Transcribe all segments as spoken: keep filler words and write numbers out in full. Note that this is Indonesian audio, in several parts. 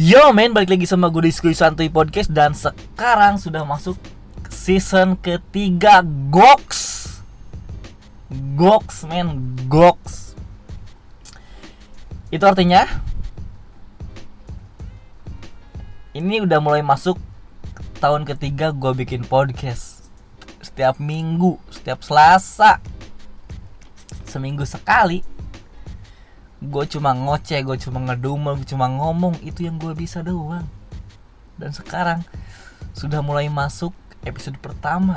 Yo men, balik lagi sama gue di Skuy Santuy Podcast. Dan sekarang sudah masuk season ketiga. Goks Goks men, Goks. Itu artinya ini udah mulai masuk tahun ketiga gue bikin podcast. Setiap minggu, setiap Selasa, seminggu sekali. Gue cuma ngoceh, gue cuma ngedumel, gue cuma ngomong. Itu yang gue bisa doang. Dan sekarang sudah mulai masuk episode pertama.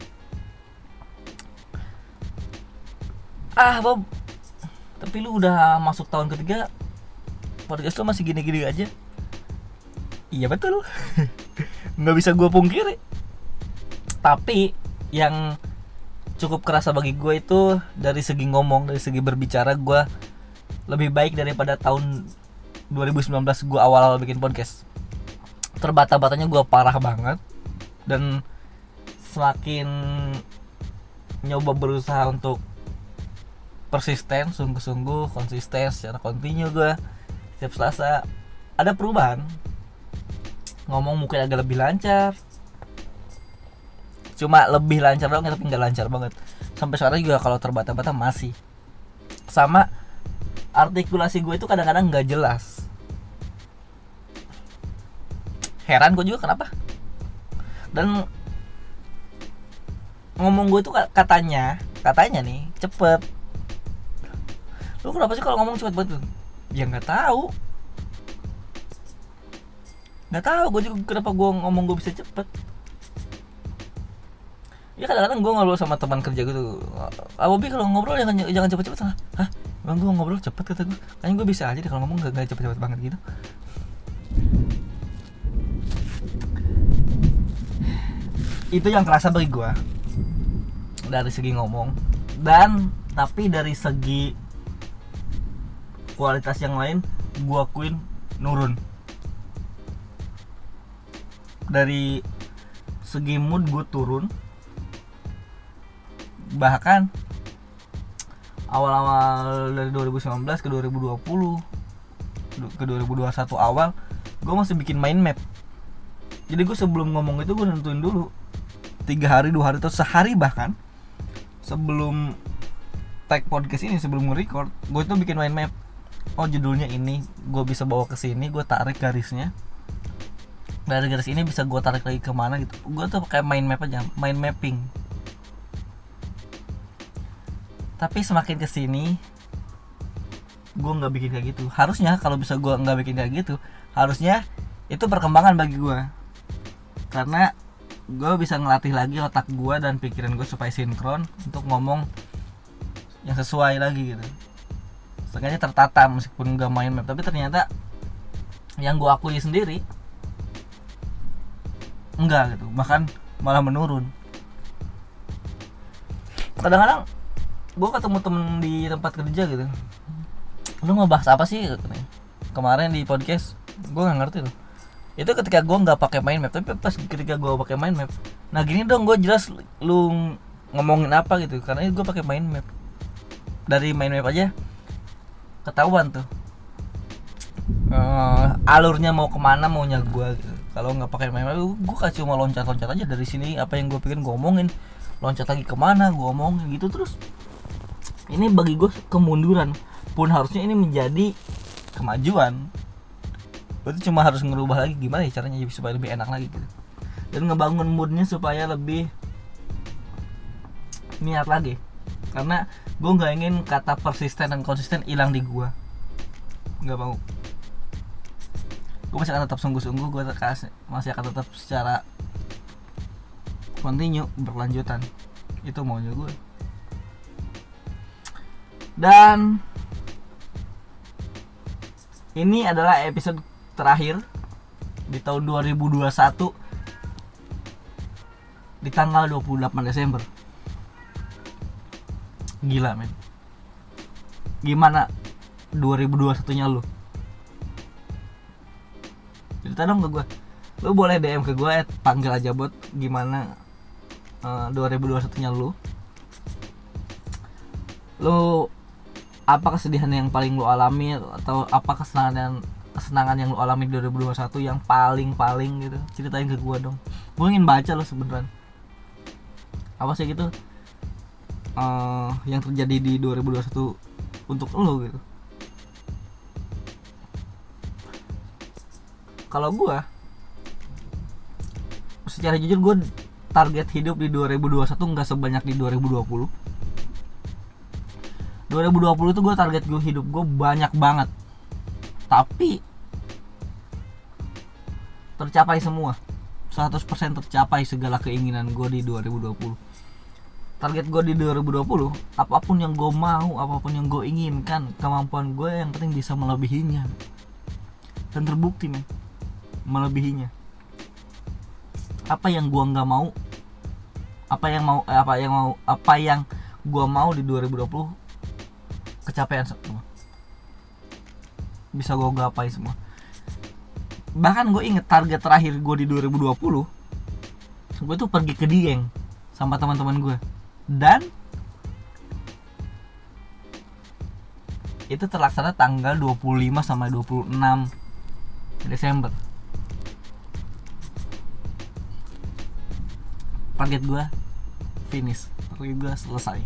Ah Bob, tapi lu udah masuk tahun ketiga, podcast lu masih gini-gini aja. Iya betul. Gak bisa gue pungkiri. Tapi yang cukup kerasa bagi gue itu dari segi ngomong, dari segi berbicara, gue lebih baik daripada tahun dua ribu sembilan belas gue awal-awal bikin podcast. Terbata-batanya gue parah banget. Dan semakin nyoba berusaha untuk persisten, sungguh-sungguh, konsisten, secara kontinu gue setiap Selasa ada perubahan. Ngomong mungkin agak lebih lancar. Cuma lebih lancar doang, tapi gak lancar banget. Sampai sekarang juga kalau terbata-bata masih. Sama artikulasi gue itu kadang-kadang gak jelas. Heran gue juga kenapa. Dan ngomong gue itu katanya Katanya nih cepet. Lu kenapa sih kalau ngomong cepet banget? Ya gak tahu. Gak tahu gue juga kenapa gue ngomong gue bisa cepet. Ya kadang-kadang gue ngobrol sama teman kerja gitu. Ah Bobby kalau ngobrol jangan jangan cepet-cepet. Hah? Emang gue ngobrol cepet kata gue. Kayaknya gue bisa aja deh kalau ngomong gak, gak cepet-cepet banget gitu. Itu yang kerasa bagi gue dari segi ngomong. Dan tapi dari segi kualitas yang lain gue akuin nurun. Dari segi mood gue turun. Bahkan awal-awal dari dua ribu sembilan belas ke dua ribu dua puluh ke dua ribu dua puluh satu awal gue masih bikin mind map. Jadi gue sebelum ngomong itu gue nentuin dulu tiga hari, dua hari atau sehari bahkan sebelum tag podcast ini, sebelum nge-record, gue itu bikin mind map. Oh judulnya ini, gue bisa bawa ke sini, gue tarik garisnya. Dari garis ini bisa gue tarik lagi kemana gitu. Gue tuh pakai mind map aja, mind mapping. Tapi semakin kesini gue nggak bikin kayak gitu. Harusnya kalau bisa gue nggak bikin kayak gitu, harusnya itu perkembangan bagi gue. Karena gue bisa ngelatih lagi otak gue dan pikiran gue supaya sinkron untuk ngomong yang sesuai lagi gitu. Sengaja tertata meskipun nggak main map. Tapi ternyata yang gue akui sendiri enggak gitu, bahkan malah menurun. Kadang-kadang gue ketemu temen di tempat kerja gitu, lu mau bahas apa sih kemarin di podcast, gue nggak ngerti tuh. Itu ketika gue nggak pakai mind map. Tapi pas ketika gue pakai mind map, nah gini dong gue jelas lu ngomongin apa gitu, karena gue pakai mind map. Dari mind map aja ketahuan tuh uh, alurnya mau kemana maunya gue gitu. Kalau nggak pakai mind map, gue kan cuma loncat-loncat aja dari sini, apa yang gue pikir gue omongin, loncat lagi kemana gue omongin gitu terus. Ini bagi gue kemunduran. Pun harusnya ini menjadi kemajuan. Berarti cuma harus ngerubah lagi gimana ya caranya supaya lebih enak lagi gitu. Dan ngebangun moodnya supaya lebih niat lagi. Karena gue gak ingin kata persisten dan konsisten hilang di gue. Gak mau. Gue masih akan tetap sungguh-sungguh. Gue masih akan tetap secara kontinu, berlanjutan. Itu maunya gue. Dan ini adalah episode terakhir di tahun dua ribu dua puluh satu di tanggal dua puluh delapan Desember. Gila men. Gimana dua ribu dua puluh satu nya lu? Cerita dong ke gue. Lu boleh D M ke gue, panggil aja bot. Gimana uh, dua ribu dua puluh satu nya lu? Lu apa kesedihan yang paling lu alami atau apa kesenangan kesenangan yang lu alami di dua ribu dua puluh satu yang paling-paling gitu, ceritain ke gua dong. Gua ingin baca lo sebenernya. Apa sih gitu uh, yang terjadi di dua ribu dua puluh satu untuk lo gitu. Kalau gua secara jujur, gue target hidup di dua ribu dua puluh satu nggak sebanyak di dua ribu dua puluh. dua ribu dua puluh itu gue target gue hidup gue banyak banget, tapi tercapai semua, seratus persen tercapai segala keinginan gue di dua ribu dua puluh. Target gue di dua ribu dua puluh, apapun yang gue mau, apapun yang gue inginkan, kemampuan gue yang penting bisa melebihinya. Dan terbukti men, melebihinya. Apa yang gua nggak mau, apa yang mau, apa yang mau, apa yang gua mau di dua ribu dua puluh kecapaian semua. Bisa gua gapai semua. Bahkan gue inget target terakhir gue di dua ribu dua puluh, gue tuh pergi ke Dieng sama teman-teman gue, dan itu terlaksana tanggal dua puluh lima sampai dua puluh enam Desember. Target gue finish, target gue selesai.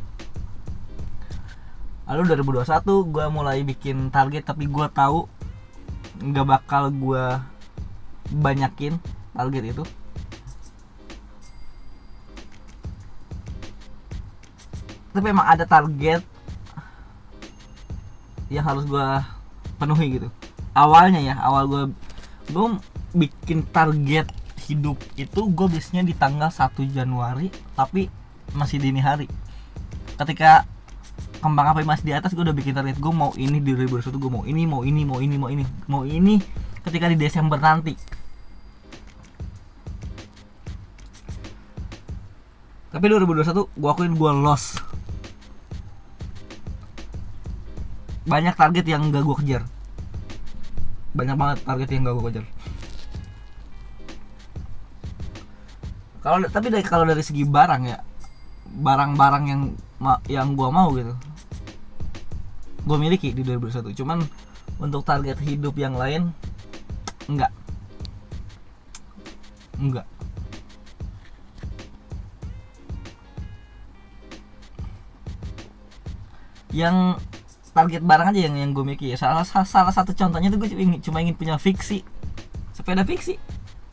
Lalu dua ribu dua puluh satu gue mulai bikin target, tapi gue tahu nggak bakal gue banyakin target itu. Tapi memang ada target yang harus gue penuhi gitu. Awalnya ya, awal gue gue bikin target hidup itu gue biasanya di tanggal satu Januari, tapi masih dini hari. Ketika kembang api masih di atas, gue udah bikin target gue mau ini di dua ribu dua puluh satu, gue mau ini, mau ini, mau ini, mau ini, mau ini ketika di Desember nanti. Tapi dua ribu dua puluh satu gue akuin gue lost. Banyak target yang gak gue kejar. Banyak banget target yang gak gue kejar. Kalau tapi dari kalau dari segi barang ya, barang-barang yang yang gue mau gitu, gue miliki di dua ribu dua puluh satu. Cuman untuk target hidup yang lain enggak. Enggak. Yang target barang aja yang yang gue miliki ya. Salah salah satu contohnya tuh gue cuma ingin, cuma ingin punya fiksi, sepeda fiksi.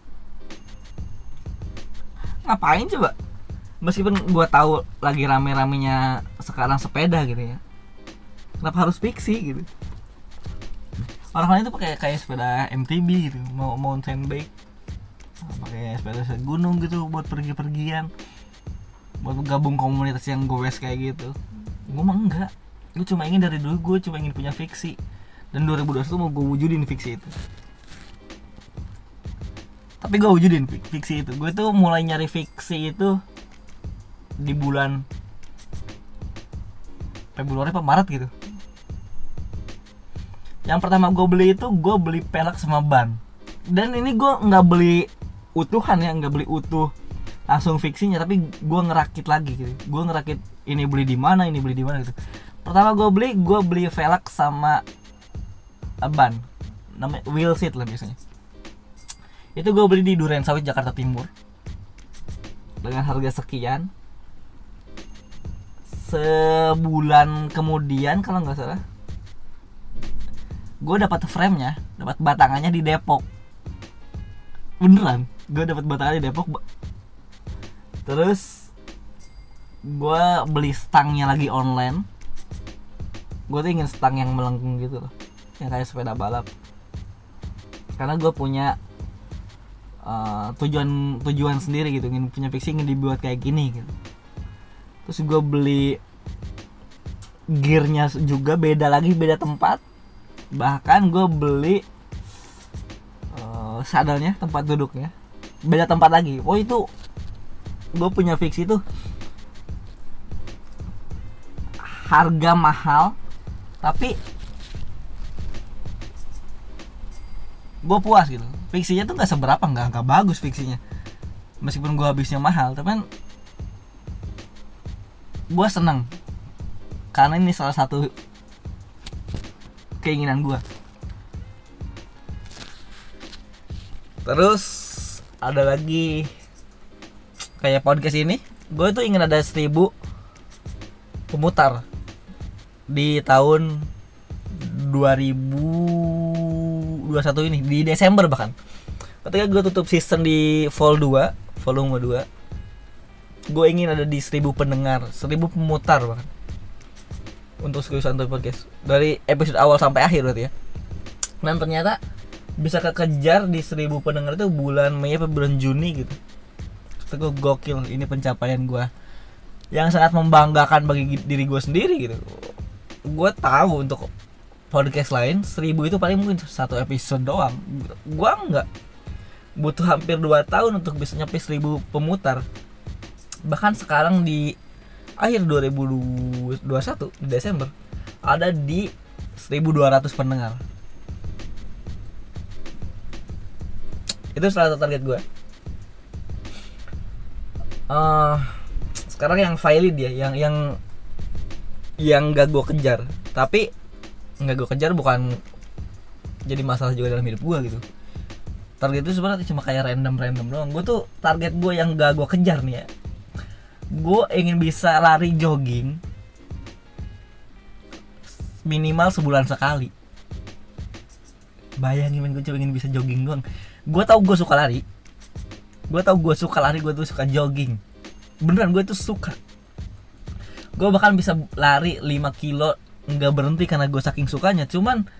Ngapain coba? Meskipun gue tahu lagi rame-ramenya sekarang sepeda gitu ya, kenapa harus fiksi gitu? Orang lain tuh pakai kayak sepeda M T B gitu, mau mountain bike, pakai sepeda gunung gitu buat pergi-pergian, buat gabung komunitas yang goes kayak gitu. Gue mah enggak. Gue cuma ingin dari dulu gue cuma ingin punya fiksi, dan dua ribu dua puluh satu mau gue wujudin fiksi itu. Tapi gue wujudin fiksi itu. Gue tuh mulai nyari fiksi itu di bulan Februari apa Maret gitu. Yang pertama gue beli itu gue beli pelek sama ban. Dan ini gue nggak beli utuhan ya, nggak beli utuh langsung fiksinya, tapi gue ngerakit lagi gitu. Gue ngerakit ini beli di mana, ini beli di mana gitu. Pertama gue beli, gue beli velg sama ban, namanya wheel seat lah biasanya. Itu gue beli di Duren Sawit Jakarta Timur dengan harga sekian. Sebulan kemudian kalau nggak salah, gue dapat frame-nya, dapat batangannya di Depok. Beneran, gue dapat batangannya di Depok. Terus gue beli stangnya lagi online. Gue tuh ingin stang yang melengkung gitu loh, yang kayak sepeda balap. Karena gue punya uh, tujuan tujuan sendiri gitu, ingin punya fiksi, ingin dibuat kayak gini gitu. Terus gue beli gearnya juga beda lagi, beda tempat. Bahkan gue beli uh, sadelnya, tempat duduknya beda tempat lagi. Oh itu gue punya fiksi tuh harga mahal, tapi gue puas gitu. Fiksinya tuh nggak seberapa, nggak nggak bagus fiksinya, meskipun gue habisnya mahal, tapi kan gue seneng karena ini salah satu keinginan gue. Terus ada lagi kayak podcast ini, gue tuh ingin ada seribu pemutar di tahun dua ribu dua puluh satu ini, di Desember bahkan. Ketika gue tutup season di Vol dua, volume dua, gue ingin ada di seribu pendengar, seribu pemutar bahkan untuk Skriwis Santuy Podcast dari episode awal sampai akhir berarti ya. Dan ternyata bisa kekejar di seribu pendengar itu bulan Mei atau bulan Juni gitu. Itu gue gokil, ini pencapaian gue yang sangat membanggakan bagi diri gue sendiri gitu. Gue tahu untuk podcast lain seribu itu paling mungkin satu episode doang. Gue enggak, butuh hampir dua tahun untuk bisa nyampe seribu pemutar. Bahkan sekarang di akhir dua ribu dua puluh satu di Desember ada di seribu dua ratus pendengar. Itu salah satu target gue. Uh, sekarang yang valid ya, yang yang yang gak gue kejar. Tapi gak gue kejar bukan jadi masalah juga dalam hidup gue gitu. Target itu sebenarnya cuma kayak random-random doang. Gue tuh target gue yang gak gue kejar nih ya, gue ingin bisa lari jogging minimal sebulan sekali. Bayangin men, gue cuma ingin bisa jogging doang. Gue tau gue suka lari, gue tau gue suka lari, gue tuh suka jogging. Beneran gue tuh suka. Gue bahkan bisa lari lima kilo nggak berhenti karena gue saking sukanya. Cuman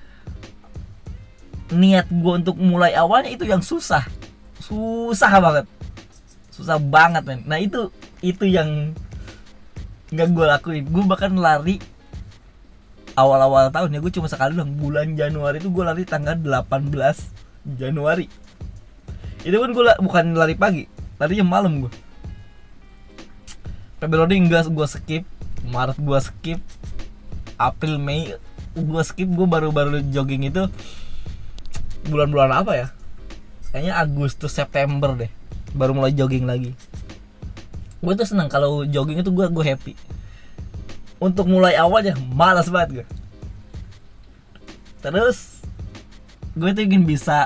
niat gue untuk mulai awalnya itu yang susah, susah banget, susah banget men. Nah itu itu yang nggak gue lakuin. Gue bahkan lari awal-awal tahun ya, gue cuma sekali doang. Bulan Januari itu gue lari tanggal delapan belas Januari. Itu pun gue la- bukan lari pagi, larinya malam gue. Februari enggak, gue skip. Maret gue skip. April, Mei gue skip. Gue baru-baru jogging itu bulan-bulan apa ya, kayaknya Agustus September deh baru mulai jogging lagi. Gue tuh seneng kalau jogging itu, gue gue happy. Untuk mulai awalnya malas banget gue. Terus gue tuh ingin bisa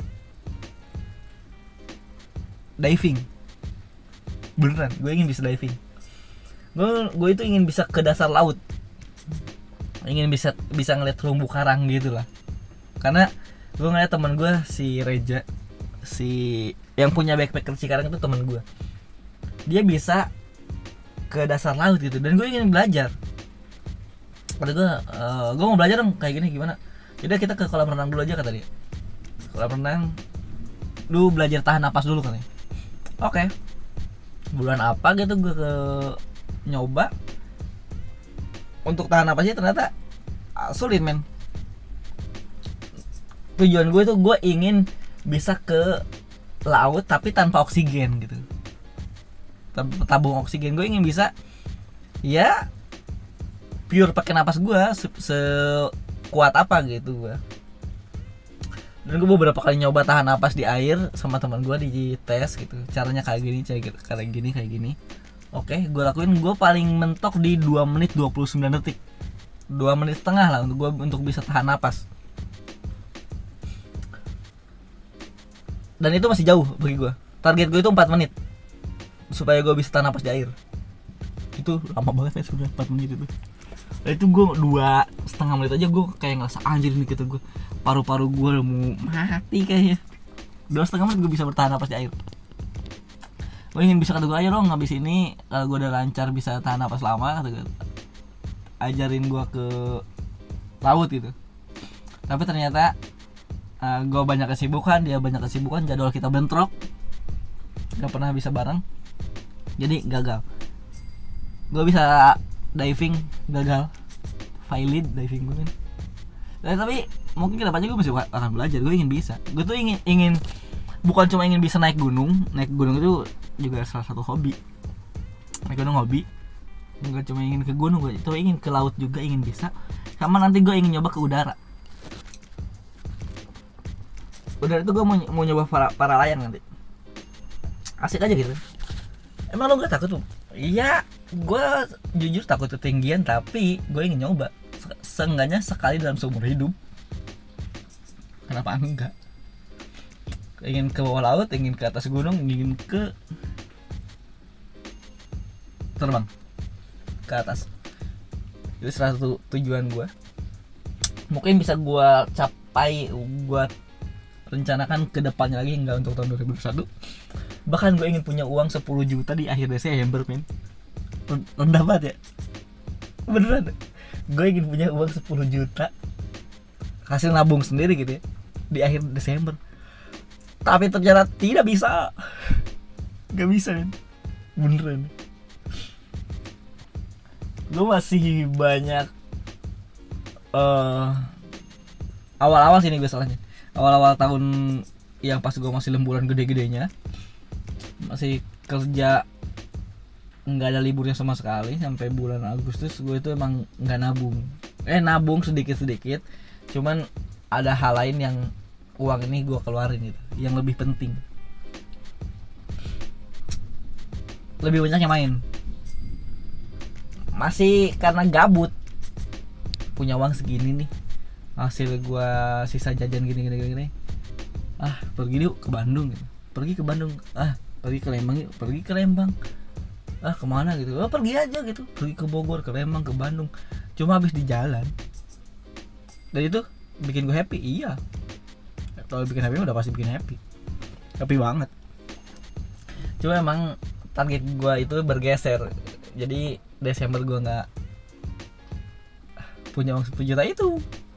diving. Beneran, gue ingin bisa diving. Gue gue itu ingin bisa ke dasar laut. Ingin bisa bisa ngeliat terumbu karang gitu lah. Karena gue ngeliat teman gue si Reja, si yang punya backpacker Cikarang itu teman gue. Dia bisa ke dasar laut gitu, dan gue ingin belajar. Kata gue, uh, gue mau belajar dong kayak gini gimana? Jadi kita ke kolam renang dulu aja kata dia. Kolam renang, lu belajar tahan napas dulu katanya. Oke. Okay. Bulan apa gitu gue ke nyoba untuk tahan napasnya, ternyata uh, sulit men. Tujuan gue tuh gue ingin bisa ke laut tapi tanpa oksigen gitu, tanpa tabung oksigen. Gue ingin bisa ya pure pakai napas gue se- sekuat apa gitu gue. Dan gue beberapa kali nyoba tahan napas di air sama teman gue di tes gitu, caranya kayak gini, kayak gini, kayak gini. Oke, gue lakuin. Gue paling mentok di dua menit dua puluh sembilan detik, dua menit setengah lah untuk gue untuk bisa tahan napas. Dan itu masih jauh bagi gue. Target gue itu empat menit supaya gue bisa tahan napas di air. Itu lama banget ya, sudah empat menit itu. Dan itu gue dua setengah menit aja gue kayak ngerasa anjir nih gitu gue. Paru-paru gue udah mau mati kayaknya. Dua setengah menit gue bisa bertahan napas di air. Gue ingin bisa, kata gue, aja dong habis ini kalau gue udah lancar bisa tahan napas lama, kata gue, ajarin gue ke laut gitu. Tapi ternyata uh, gue banyak kesibukan, dia banyak kesibukan, jadwal kita bentrok, gak pernah bisa bareng, jadi gagal. Gue bisa diving, gagal. Valid diving gue kan. Nah, tapi mungkin kedepannya gue masih akan belajar. Gue ingin bisa. Gue tuh ingin ingin bukan cuma ingin bisa naik gunung. Naik gunung itu juga salah satu hobi. Naik gunung hobi. Bukan cuma ingin ke gunung, gue itu ingin ke laut juga, ingin bisa. Sama nanti gue ingin nyoba ke udara. Udara itu gue mau, mau nyoba para, para layang nanti. Asik aja gitu. Emang lo gak takut tuh? Iya, gue jujur takut ketinggian, tapi gue ingin nyoba. Seenggaknya sekali dalam seumur hidup. Kenapa enggak? ingin ke bawah laut, ingin ke atas gunung, ingin ke terbang ke atas. Itu salah satu tujuan gue. Mungkin bisa gue capai, gue rencanakan ke depannya lagi, enggak untuk tahun dua ribu dua puluh satu. Bahkan gue ingin punya uang sepuluh juta di akhir Desember, men. Rendah banget ya. Beneran. Gue ingin punya uang sepuluh juta hasil nabung sendiri gitu ya di akhir Desember. Tapi ternyata tidak bisa. Gak bisa, men. Beneran. Gue masih banyak uh, awal-awal sini gue salahnya. Awal-awal tahun yang pas gue masih lemburan gede-gedenya, masih kerja nggak ada liburnya sama sekali sampai bulan Agustus, gue itu emang nggak nabung. Eh nabung sedikit-sedikit, cuman ada hal lain yang uang ini gue keluarin gitu, yang lebih penting. Lebih banyaknya main. Masih karena gabut, punya uang segini nih, hasil gue sisa jajan gini gini gini, ah pergi yuk ke Bandung gitu. Pergi ke Bandung, ah pergi ke Lembang yuk, pergi ke Lembang, ah kemana gitu, oh pergi aja gitu, pergi ke Bogor, ke Lembang, ke Bandung, cuma habis di jalan. Dan itu bikin gue happy, iya. Kalau bikin happy udah pasti bikin happy, happy banget. Cuma emang target gue itu bergeser, jadi Desember gue nggak punya uang sepuluh juta itu.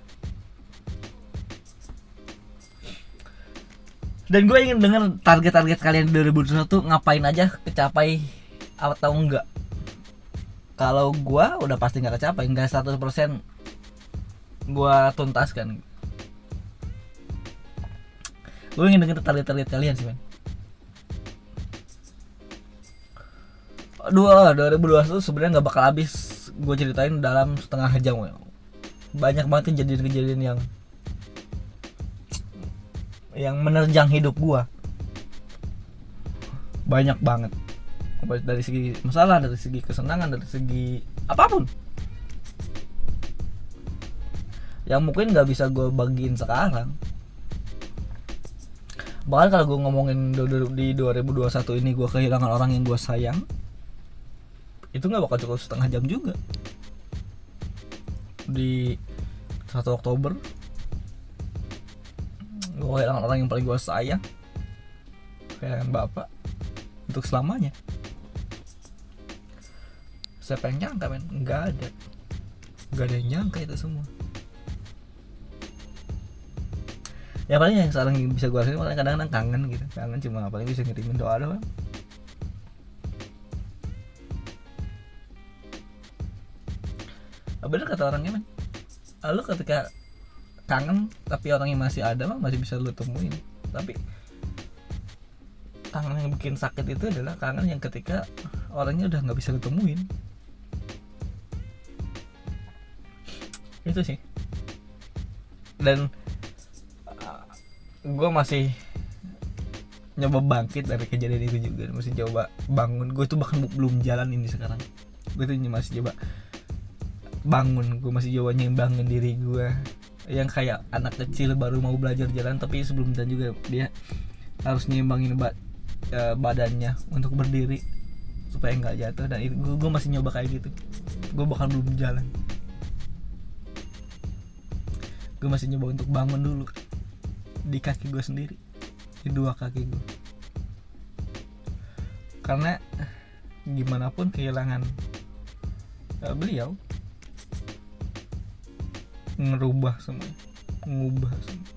Dan gue ingin dengar target-target kalian di dua ribu dua puluh satu ngapain aja, kecapai atau enggak. Kalau gue udah pasti nggak kecapai, nggak seratus persen gue tuntaskan. Gue ingin dengar target-target kalian sih, men. Dua dua ribu dua puluh satu sebenarnya nggak bakal habis gue ceritain dalam setengah jam. Banyak banget kejadian-kejadian yang yang menerjang hidup gue. Banyak banget. Dari segi masalah, dari segi kesenangan, dari segi apapun. Yang mungkin nggak bisa gue bagiin sekarang. Bahkan kalau gue ngomongin di dua ribu dua puluh satu ini gue kehilangan orang yang gue sayang, itu nggak bakal cukup setengah jam juga. Di satu Oktober gue kehilangan orang yang paling gue sayang, kehilangan bapak untuk selamanya. Siapa yang nyangka, men? Nggak ada, nggak ada yang nyangka itu semua. Ya paling yang sekarang bisa gue rasain, kadang-kadang kangen gitu, kangen cuma paling bisa ngirimin doa doang. Bener kata orangnya, men. Lu ketika kangen tapi orangnya masih ada mah masih bisa lu temuin. Tapi kangen yang bikin sakit itu adalah kangen yang ketika orangnya udah nggak bisa lu temuin. Itu sih. Dan uh, gue masih nyoba bangkit dari kejadian itu juga, masih coba bangun. Gue tuh bahkan belum jalan ini sekarang. Gue tuh masih coba bangun, gue masih coba nyembangin diri gue yang kayak anak kecil baru mau belajar jalan, tapi sebelum jalan juga dia harus nyembangin ba- uh, badannya untuk berdiri supaya nggak jatuh. Dan itu gue, gue masih nyoba kayak gitu. Gue bahkan belum jalan. Gue masih nyoba untuk bangun dulu di kaki gue sendiri, di dua kaki gue. Karena gimana pun kehilangan uh, beliau ngerubah semua, ngubah semua.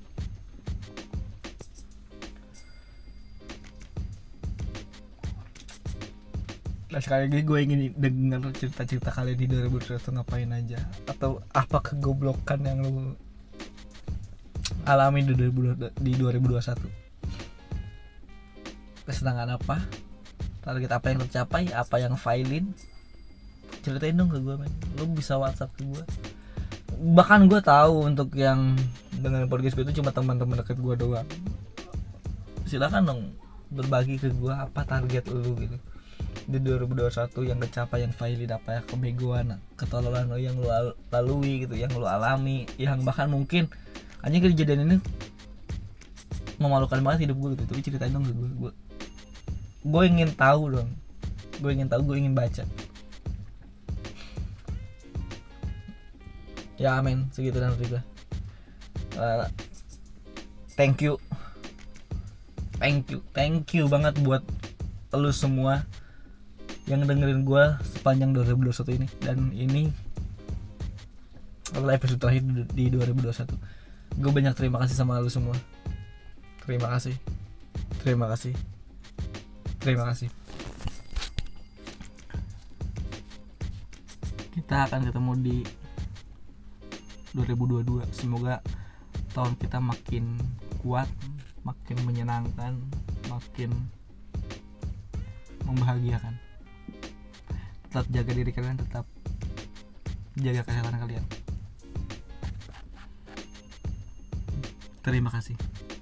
Nah sekali lagi gue ingin dengar cerita-cerita kalian di dua ribu dua puluh satu ngapain aja, atau apa kegoblokan yang lu alami di dua ribu dua puluh satu. Kesenangan apa, target apa yang tercapai, apa yang failin, ceritain dong ke gue, men. Lu bisa WhatsApp ke gue. Bahkan gue tahu untuk yang dengan podcast gue itu cuma teman-teman dekat gue doang. Silakan dong berbagi ke gue apa target lu gitu di dua ribu dua puluh satu yang kecapai, yang failin apa ya, kebegoan, ketololan lo yang lu lalui gitu, yang lu alami, yang bahkan mungkin anjing kejadian ini memalukan banget hidup gue gitu. Tapi ceritain dong ke gue. Gue gue ingin tahu dong. Gue ingin tahu, gue ingin baca. Ya amin, segitu dan juga. Uh, thank you, thank you, thank you banget buat lu semua yang dengerin gue sepanjang dua ribu dua puluh satu ini. Dan ini adalah episode terakhir di dua ribu dua puluh satu. Gue banyak terima kasih sama lu semua. Terima kasih, terima kasih, terima kasih. Kita akan ketemu di dua ribu dua puluh dua. Semoga tahun kita makin kuat, makin menyenangkan, makin membahagiakan. Tetap jaga diri kalian, tetap jaga kesehatan kalian. Terima kasih.